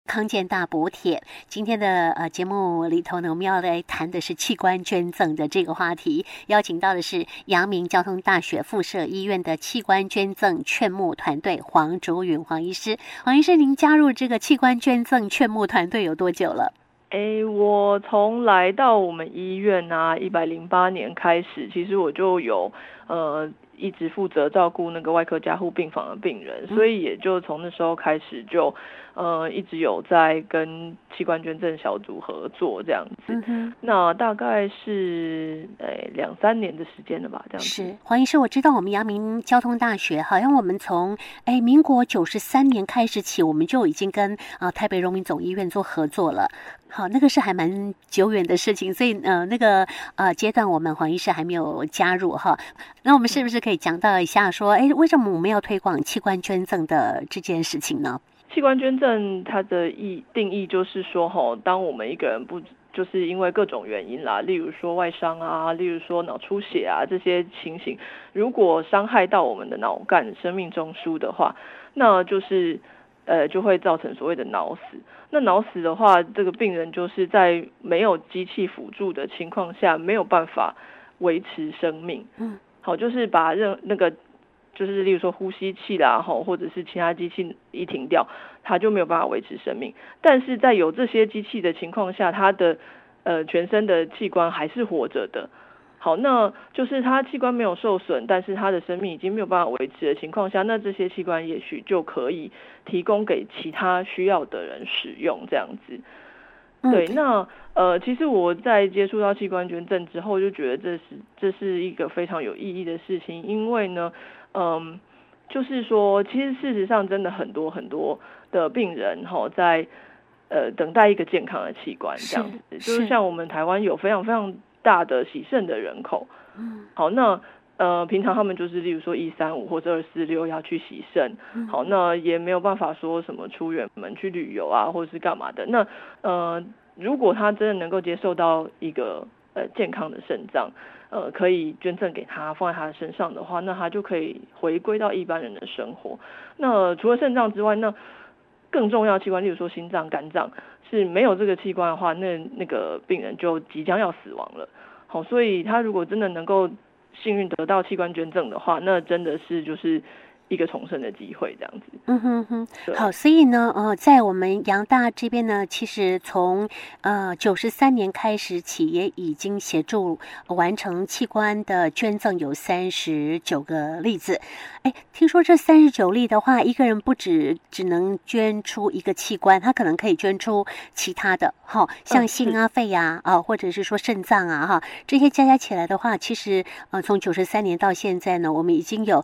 康健大补帖。今天的节目里头呢，我们要来谈的是器官捐赠的这个话题，邀请到的是阳明交通大学附设医院的器官捐赠劝募团队黄竹允黄医师。黄医师，您加入这个器官捐赠劝募团队有多久了？ 我从来到我们医院啊，108年开始，其实我就有一直负责照顾那个外科加护病房的病人，所以也就从那时候开始就一直有在跟器官捐赠小组合作这样子。那大概是2-3年的时间了吧，这样子。 是黄医师，我知道我们阳明交通大学好像我们从民国93年开始起，我们就已经跟台北荣民总医院做合作了。好，那个是还蛮久远的事情，所以那个阶段我们黄医师还没有加入哈。那我们是不是可以讲到一下说，为什么我们要推广器官捐赠的这件事情呢？ 器官捐赠它的定义就是说当我们一个人就是因为各种原因啦，例如说外伤啊，例如说脑出血啊这些情形，如果伤害到我们的脑干、生命中枢的话，那就是就会造成所谓的脑死。那脑死的话，这个病人就是在没有机器辅助的情况下，没有办法维持生命。好，就是把那个就是例如说呼吸器啦，或者是其他机器一停掉，他就没有办法维持生命。但是在有这些机器的情况下，他的全身的器官还是活着的。好，那就是他器官没有受损，但是他的生命已经没有办法维持的情况下，那这些器官也许就可以提供给其他需要的人使用，这样子。对，那其实我在接触到器官捐赠之后，就觉得这是一个非常有意义的事情，因为呢，就是说，其实事实上真的很多很多的病人在等待一个健康的器官，这样子，就是像我们台湾有非常非常大的洗肾的人口。好，那平常他们就是例如说135或者246要去洗肾，好，那也没有办法说什么出远门去旅游啊，或者是干嘛的。那如果他真的能够接受到一个健康的肾脏，可以捐赠给他，放在他的身上的话，那他就可以回归到一般人的生活。那除了肾脏之外，那更重要的器官，例如说心脏、肝脏，是没有这个器官的话，那个病人就即将要死亡了。好，所以他如果真的能够幸运得到器官捐赠的话，那真的是就是一个重生的机会，这样子。 好，所以呢，在我们阳大这边呢，其实从93年开始起，也已经协助完成器官的捐赠有39个例子。听说这39例的话，一个人不只能捐出一个器官，他可能可以捐出其他的，像心啊、肺啊，或者是说肾脏啊，这些加起来的话，其实从93年到现在呢，我们已经有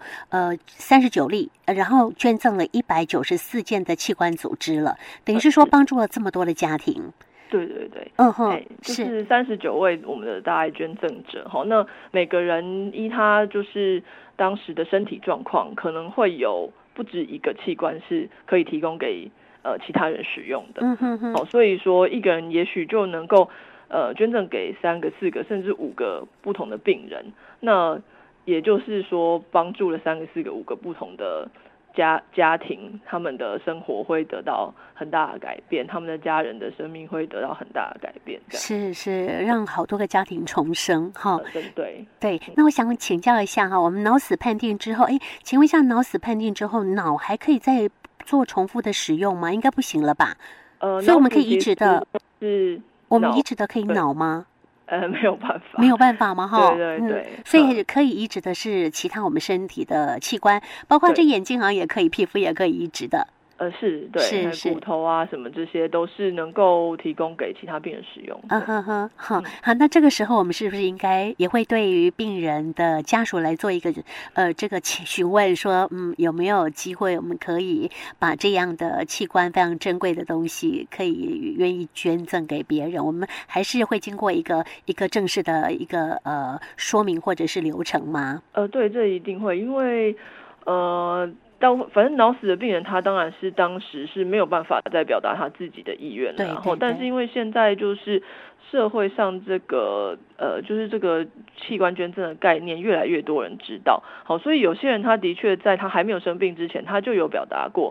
39例，然后捐赠了194件的器官组织了，等于是说帮助了这么多的家庭。 对，就是39位我们的大爱捐赠者。好，那每个人依他就是当时的身体状况，可能会有不止一个器官是可以提供给其他人使用的。好，所以说一个人也许就能够捐赠给3个、4个甚至5个不同的病人。那也就是说帮助了3个、4个、5个不同的家庭，他们的生活会得到很大的改变，他们的家人的生命会得到很大的改变。 是让好多个家庭重生哈。 对。 那我想请教一下哈，我们脑死判定之后，请问一下，脑死判定之后，脑还可以再做重复的使用吗？应该不行了吧？所以我们可以移植的，我们移植的可以脑吗？ 没有办法吗？哈， 对， 所以可以移植的是其他我们身体的器官，包括这眼睛好像也可以，皮肤也可以移植的。 是骨头啊什么这些都是能够提供给其他病人使用的。 好，那这个时候我们是不是应该也会对于病人的家属来做一个这个询问说，有没有机会我们可以把这样的器官非常珍贵的东西可以愿意捐赠给别人？我们还是会经过一个正式的一个说明或者是流程吗？ 对，这一定会，因为反正脑死的病人，他当然是当时是没有办法再表达他自己的意愿了。然后，但是因为现在就是社会上这个就是这个器官捐赠的概念越来越多人知道，好，所以有些人他的确在他还没有生病之前，他就有表达过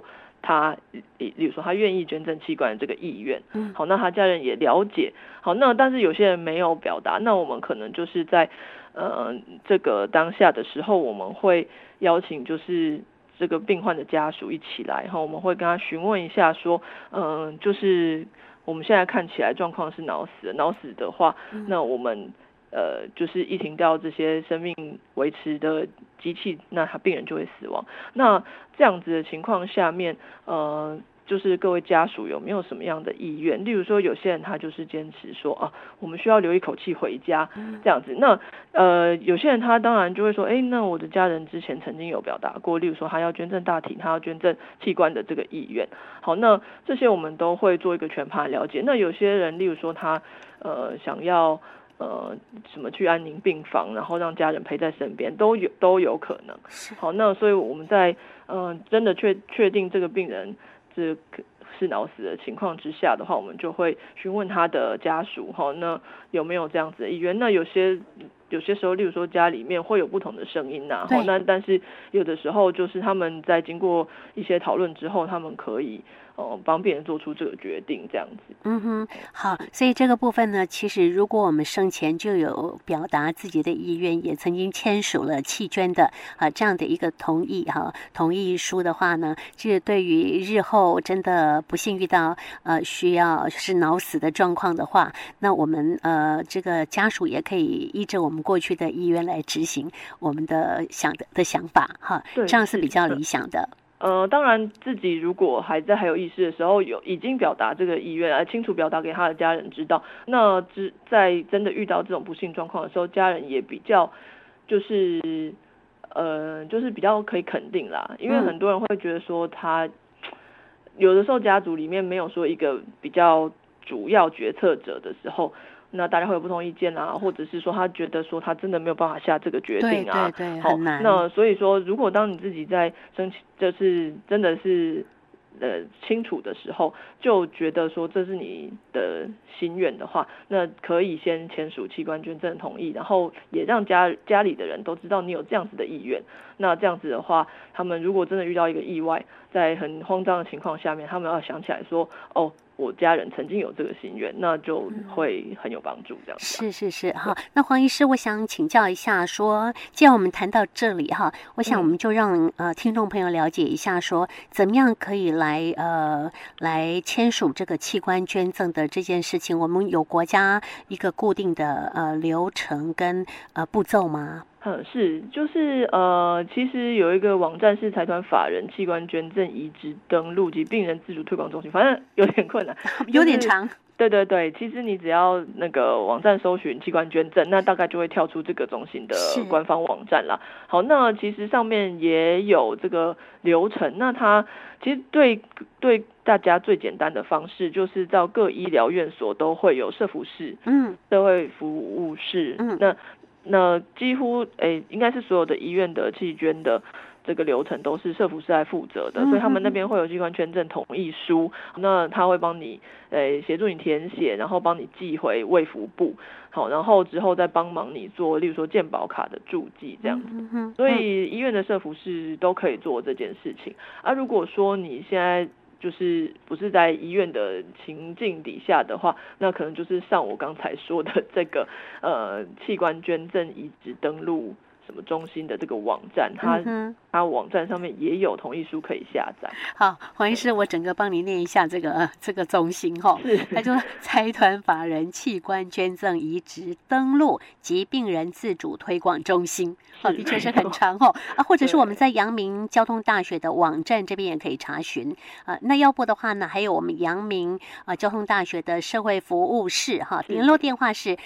他例如说他愿意捐赠器官的这个意愿，好，那他家人也了解，好，那但是有些人没有表达，那我们可能就是在这个当下的时候，我们会邀请就是这个病患的家属一起来，我们会跟他询问一下说，就是我们现在看起来状况是脑死，脑死的话，那我们就是一停掉这些生命维持的机器，那他病人就会死亡。那这样子的情况下面，就是各位家属有没有什么样的意愿？例如说，有些人他就是坚持说啊，我们需要留一口气回家，这样子。那有些人他当然就会说，那我的家人之前曾经有表达过，例如说他要捐赠大体，他要捐赠器官的这个意愿。好，那这些我们都会做一个全盘了解。那有些人，例如说他想要什么去安宁病房，然后让家人陪在身边，都有可能。好，那所以我们在真的确定这个病人这是脑死的情况之下的话，我们就会询问他的家属，那有没有这样子的意愿？那有些时候，例如说家里面会有不同的声音呐，但是有的时候就是他们在经过一些讨论之后，他们可以帮病人做出这个决定，这样子。 好，所以这个部分呢，其实如果我们生前就有表达自己的意愿，也曾经签署了弃捐的这样的一个同意书的话呢，这对于日后真的不幸遇到需要是脑死的状况的话，那我们这个家属也可以依着我们过去的意愿来执行我们的想法这样是比较理想的。 当然自己如果还有意识的时候，已经表达这个意愿，清楚表达给他的家人知道，那在真的遇到这种不幸状况的时候，家人也比较就是比较可以肯定啦，因为很多人会觉得说他有的时候家族里面没有说一个比较主要决策者的时候，那大家会有不同意见啊，或者是说他觉得说他真的没有办法下这个决定啊， 对，很难。 那所以说，如果当你自己在就是真的是清楚的时候，就觉得说这是你的心愿的话，那可以先签署器官捐赠同意，然后也让家里的人都知道你有这样子的意愿。那这样子的话，他们如果真的遇到一个意外，在很慌张的情况下面，他们要想起来说，我家人曾经有这个心愿，那就会很有帮助。这样子是好。那黄医师，我想请教一下，说既然我们谈到这里我想我们就让听众朋友了解一下，说怎么样可以来签署这个器官捐赠的这件事情。我们有国家一个固定的流程跟步骤吗？ 是，就是其实有一个网站是财团法人器官捐赠移植登录及病人自主推广中心，反正有点困难， 有点长。 对，其实你只要那个网站搜寻器官捐赠，那大概就会跳出这个中心的官方网站啦。好，那其实上面也有这个流程，那它其实对大家最简单的方式，就是到各医疗院所都会有社福室，社会服务室，那几乎应该是所有的医院的器捐的这个流程都是社福室来负责的，所以他们那边会有器官捐赠同意书，那他会帮你协助你填写，然后帮你寄回卫福部，好，然后之后再帮忙你做例如说健保卡的注记这样子，所以医院的社福室都可以做这件事情。如果说你现在就是不是在医院的情境底下的话，那可能就是像我刚才说的这个器官捐赠移植登录什么中心的这个网站，它网站上面也有同意书可以下载。 好，黄医师，我整个帮你念一下这个中心他说财团法人器官捐赠移植登录及病人自主推广中心。的确是很长或者是我们在阳明交通大学的网站这边也可以查询那要不的话呢，还有我们阳明交通大学的社会服务室联络电话是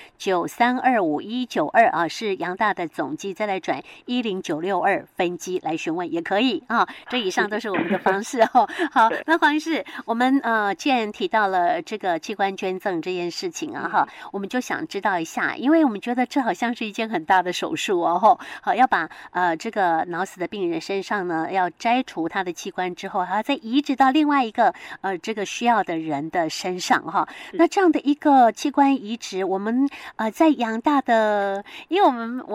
9325-192是阳大的总机，再来转10962分机来询问也可以这以上都是我们的方式好，那黄医师，我们既然提到了这个器官捐赠这件事情我们就想知道一下，因为我们觉得这好像是一件很大的手术好，要把这个脑死的病人身上呢，要摘除他的器官之后，还要再移植到另外一个这个需要的人的身上那这样的一个器官移植，我们在阳大的，因为我们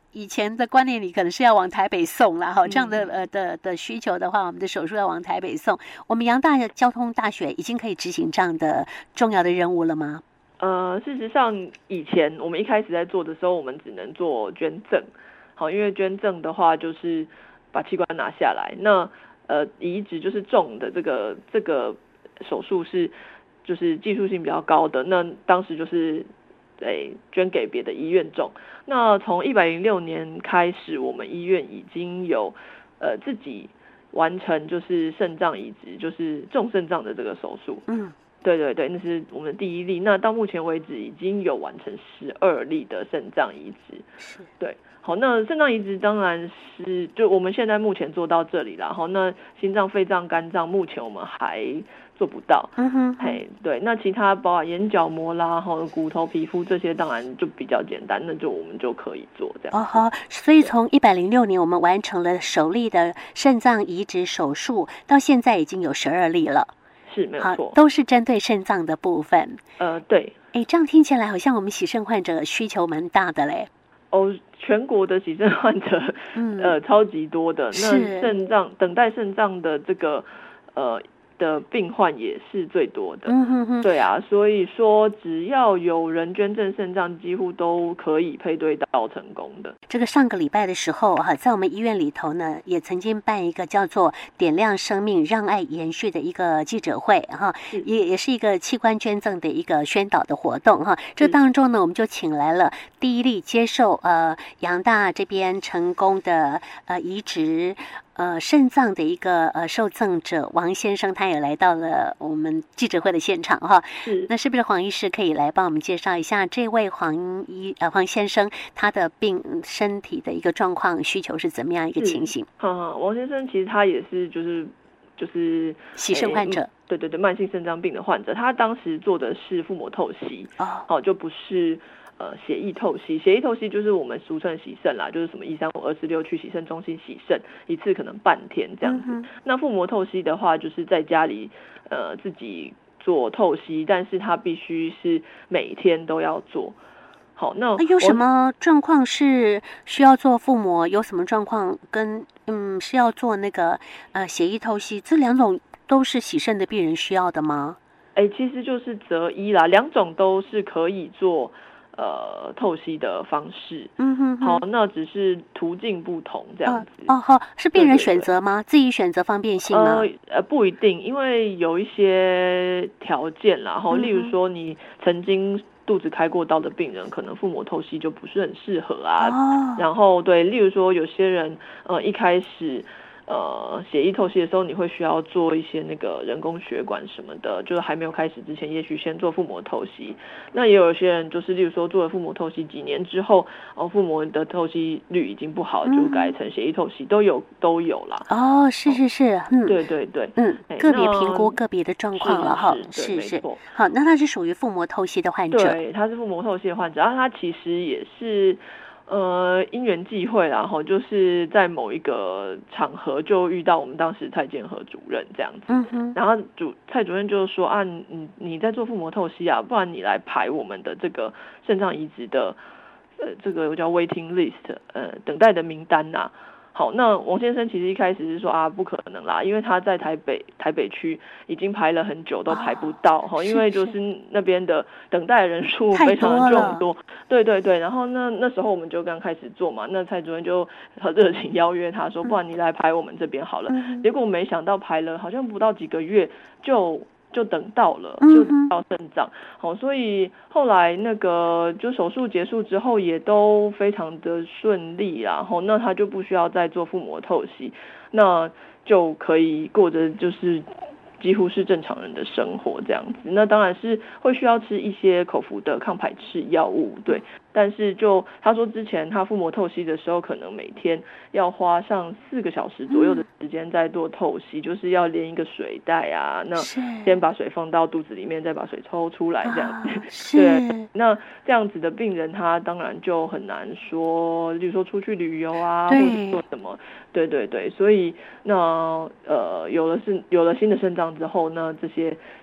以前的观念里可能是要往台北送啦，哈，这样的需求的话，我们的手术要往台北送。我们阳大交通大学已经可以执行这样的重要的任务了吗？ 事实上，以前我们一开始在做的时候，我们只能做捐赠，好，因为捐赠的话就是把器官拿下来，那移植就是重的这个手术是就是技术性比较高的，那当时就是捐给别的医院种。那从106年开始，我们医院已经有自己完成就是肾脏移植，就是重肾脏的这个手术。对对对，那是我们的第一例。那到目前为止已经有完成12例的肾脏移植。对，好，那肾脏移植当然是就我们现在目前做到这里啦。好，那心脏、肺脏、肝脏目前我们还做不到。对，那其他包括眼角膜啦、骨头、皮肤这些，当然就比较简单，那就我们就可以做这样。 好，所以从106年我们完成了首例的肾脏移植手术，到现在已经有12例了。 是没有错， 都是针对肾脏的部分。 对。 这样听起来好像我们洗肾患者需求蛮大的嘞。 全国的洗肾患者，超级多的。那肾脏等待肾脏的这个的病患也是最多的。对啊，所以说只要有人捐赠肾脏，几乎都可以配对到成功的。 这个上个礼拜的时候在我们医院里头呢，也曾经办一个叫做点亮生命让爱延续的一个记者会也是一个器官捐赠的一个宣导的活动这当中呢，我们就请来了第一例接受阳大这边成功的移植肾脏的一个受赠者王先生，他也来到了我们记者会的现场那是不是黄医师可以来帮我们介绍一下这位黄先生他的身体的一个状况需求是怎么样一个情形？ 王先生其实他也是就是洗肾患者， 对对对，慢性肾脏病的患者，他当时做的是腹膜透析就不是血液透析。血液透析就是我们俗称洗肾啦，就是什么135、246去洗肾中心洗肾，一次可能半天这样子。那腹膜透析的话，就是在家里自己做透析，但是他必须是每天都要做。好，那有什么状况是需要做腹膜？有什么状况跟是要做那个血液透析？这两种都是洗肾的病人需要的吗？ 其实就是择一啦，两种都是可以做透析的方式。好，那只是途径不同这样子。 是病人选择吗？自己选择方便性吗？ 不一定，因为有一些条件啦。例如说你曾经肚子开过刀的病人，可能腹膜透析就不是很适合然后对，例如说有些人一开始血液透析的时候，你会需要做一些那个人工血管什么的，就是还没有开始之前，也许先做腹膜透析。那也有些人就是例如说做了腹膜透析几年之后，腹膜的透析率已经不好，就改成血液透析，都有啦。 是， 对对对， 个别评估个别的状况了是。好，那他是属于腹膜透析的患者。 对，他是腹膜透析的患者，他其实也是因缘际会啦，就是在某一个场合就遇到我们当时蔡建和主任这样子。然后蔡主任就说你在做腹膜透析不然你来排我们的这个肾脏移植的这个叫 waiting list 等待的名单好，那王先生其实一开始是说不可能啦，因为他在台北区已经排了很久都排不到因为就是那边的等待人数非常众多。对对对，然后那时候我们就刚开始做嘛，那蔡主任就很热情邀约他说，不然你来排我们这边好了。结果没想到排了好像不到几个月就等到了，就等到肾脏。好，所以后来那个就手术结束之后也都非常的顺利，然后那他就不需要再做腹膜透析，那就可以过着就是几乎是正常人的生活这样子。那当然是会需要吃一些口服的抗排斥药物，对。但是就他说之前他腹膜透析的时候，可能每天要花上4个小时左右的时间在做透析，就是要连一个水袋那先把水放到肚子里面，再把水抽出来这样子。对，那这样子的病人他当然就很难说，例如说出去旅游或者做什么。对对对，所以那有了新的肾脏之后呢，这些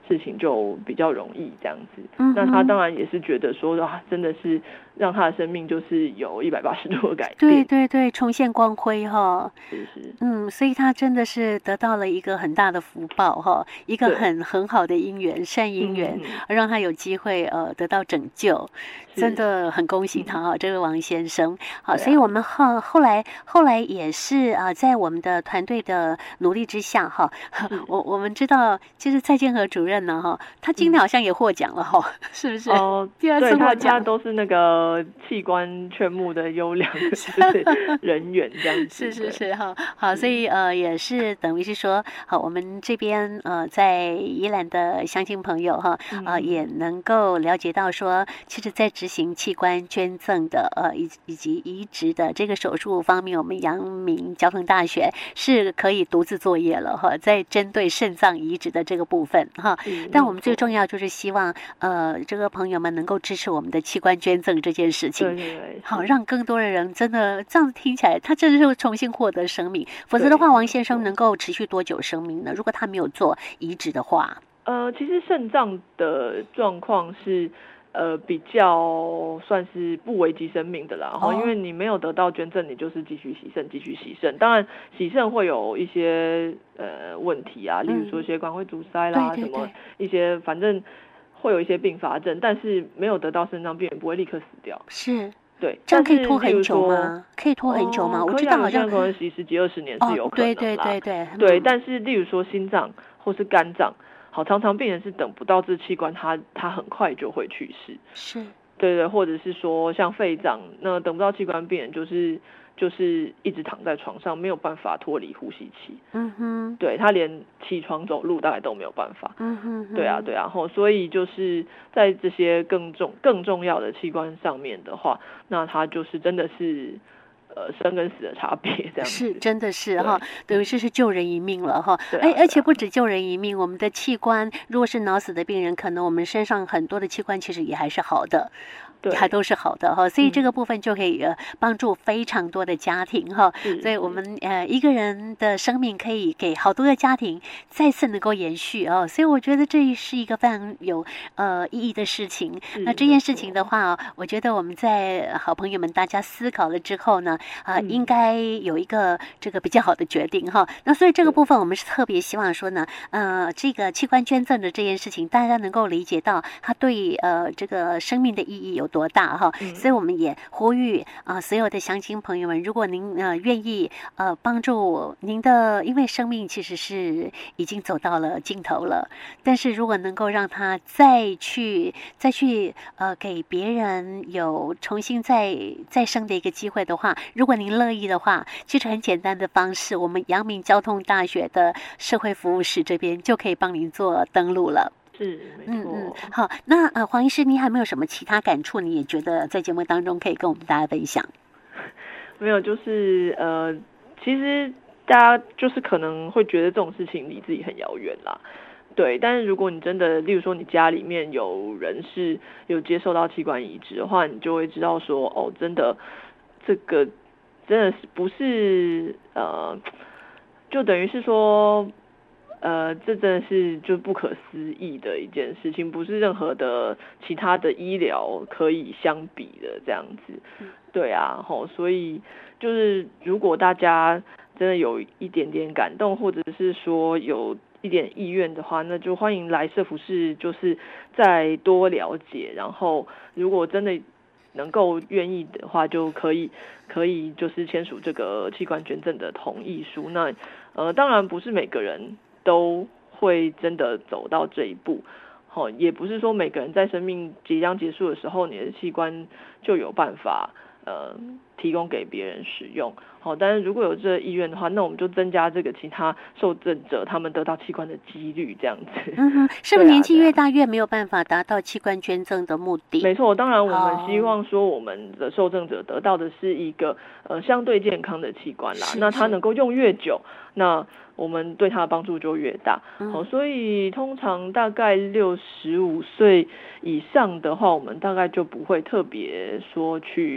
事情就比较容易这样子。那他当然也是觉得说啊，真的是让他的生命就是有180度的改变， 对对对，重现光辉哈。 是， 所以他真的是得到了一个很大的福报哈，一个很好的姻缘，善姻缘，让他有机会得到拯救，真的很恭喜他这位王先生。好，所以我们后来也是在我们的团队的努力之下哈，我们知道，其实蔡建和主任呢哈，他今年好像也获奖了哈，是不是？第二次获奖， 他都是那个器官劝募的优良人员这样子。 是哈，好，所以也是等于是说，好，我们这边在宜兰的乡亲朋友哈，也能够了解到说，其实，在执行器官捐赠的以及移植的这个手术方面，我们阳明交通大学是可以独自作业了哈，在针对肾脏移植的这个部分哈，但我们最重要就是希望这个朋友们能够支持我们的器官捐赠这件事情， 对， 好，让更多的人真的这样子听起来，他真的是重新获得生命。否则的话，王先生能够持续多久生命呢？如果他没有做移植的话， 其实肾脏的状况是比较算是不危及生命的啦。因为你没有得到捐赠，你就是继续洗肾。当然，洗肾会有一些问题啊，例如说血管会阻塞啦，什么一些反正会有一些并发症，但是没有得到肾脏病人不会立刻死掉。 是。 对， 这样可以拖很久吗？可以拖很久吗？我知道好像可能洗10几20年是有可能啦。 对， 但是例如说心脏或是肝脏，好，常常病人是等不到这器官，他很快就会去世。 是。 对，或者是说像肺脏，那等不到器官病人就是一直躺在床上，没有办法脱离呼吸器。对，他连起床走路大概都没有办法。对啊，所以就是在这些更重要的器官上面的话，那他就是真的是生跟死的差别这样子。 是，真的是哈，等于是救人一命了哈。而且不止救人一命，我们的器官如果是脑死的病人，可能我们身上很多的器官其实也还是好的。还都是好的哈，所以这个部分就可以帮助非常多的家庭哈。所以我们一个人的生命可以给好多的家庭再次能够延续啊，所以我觉得这是一个非常有意义的事情。那这件事情的话，我觉得我们在好朋友们大家思考了之后呢，应该有一个这个比较好的决定哈。那所以这个部分我们是特别希望说呢，这个器官捐赠的这件事情，大家能够理解到它对这个生命的意义有多大哈，所以我们也呼吁所有的乡亲朋友们，如果您愿意帮助您的，因为生命其实是已经走到了尽头了，但是如果能够让他再去给别人有重新再生的一个机会的话，如果您乐意的话，其实很简单的方式，我们阳明交通大学的社会服务室这边就可以帮您做登录了。 是，没错。 好，那黄医师，你还有没有什么其他感触？你也觉得在节目当中可以跟我们大家分享？ 没有，就是其实大家就是可能会觉得这种事情离自己很遥远啦。对，但是如果你真的，例如说你家里面有人是有接受到器官移植的话，你就会知道说，真的这个真的是不是就等于是说。这真的是就不可思议的一件事情，不是任何的其他的医疗可以相比的这样子。对啊，所以就是如果大家真的有一点点感动，或者是说有一点意愿的话，那就欢迎来社福室，就是再多了解。然后如果真的能够愿意的话，就可以就是签署这个器官捐赠的同意书。那当然不是每个人都会真的走到这一步，也不是说每个人在生命即将结束的时候，你的器官就有办法提供给别人使用。但是如果有这个意愿的话，那我们就增加这个其他受赠者他们得到器官的几率，这样子。 是不是年纪越大越没有办法达到器官捐赠的目的？ 没错，当然我们希望说我们的受赠者得到的是一个相对健康的器官啦，那他能够用越久，那我们对他的帮助就越大。所以通常大概65岁以上的话，我们大概就不会特别说去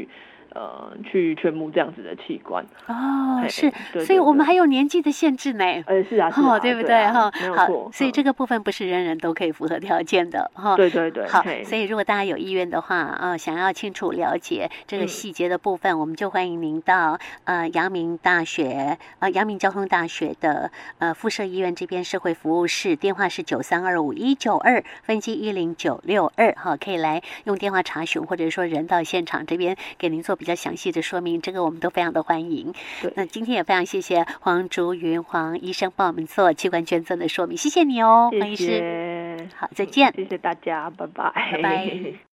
去捐募这样子的器官。 哦，是， 对， 所以我们还有年纪的限制呢。 是啊，是啊， 对不对？哈， 没有错。 所以这个部分不是人人都可以符合条件的哈。 对对对。 好，所以如果大家有意愿的话，想要清楚了解这个细节的部分，我们就欢迎您到阳明交通大学的附设医院这边社会服务室，电话是9325-192分机10962哈，可以来用电话查询，或者说人到现场这边给您做比较详细的说明，这个我们都非常的欢迎。那今天也非常谢谢黄竹云黄医生帮我们做器官捐赠的说明，谢谢你哦，黄医师。好，再见。 谢谢大家，拜拜。 拜拜。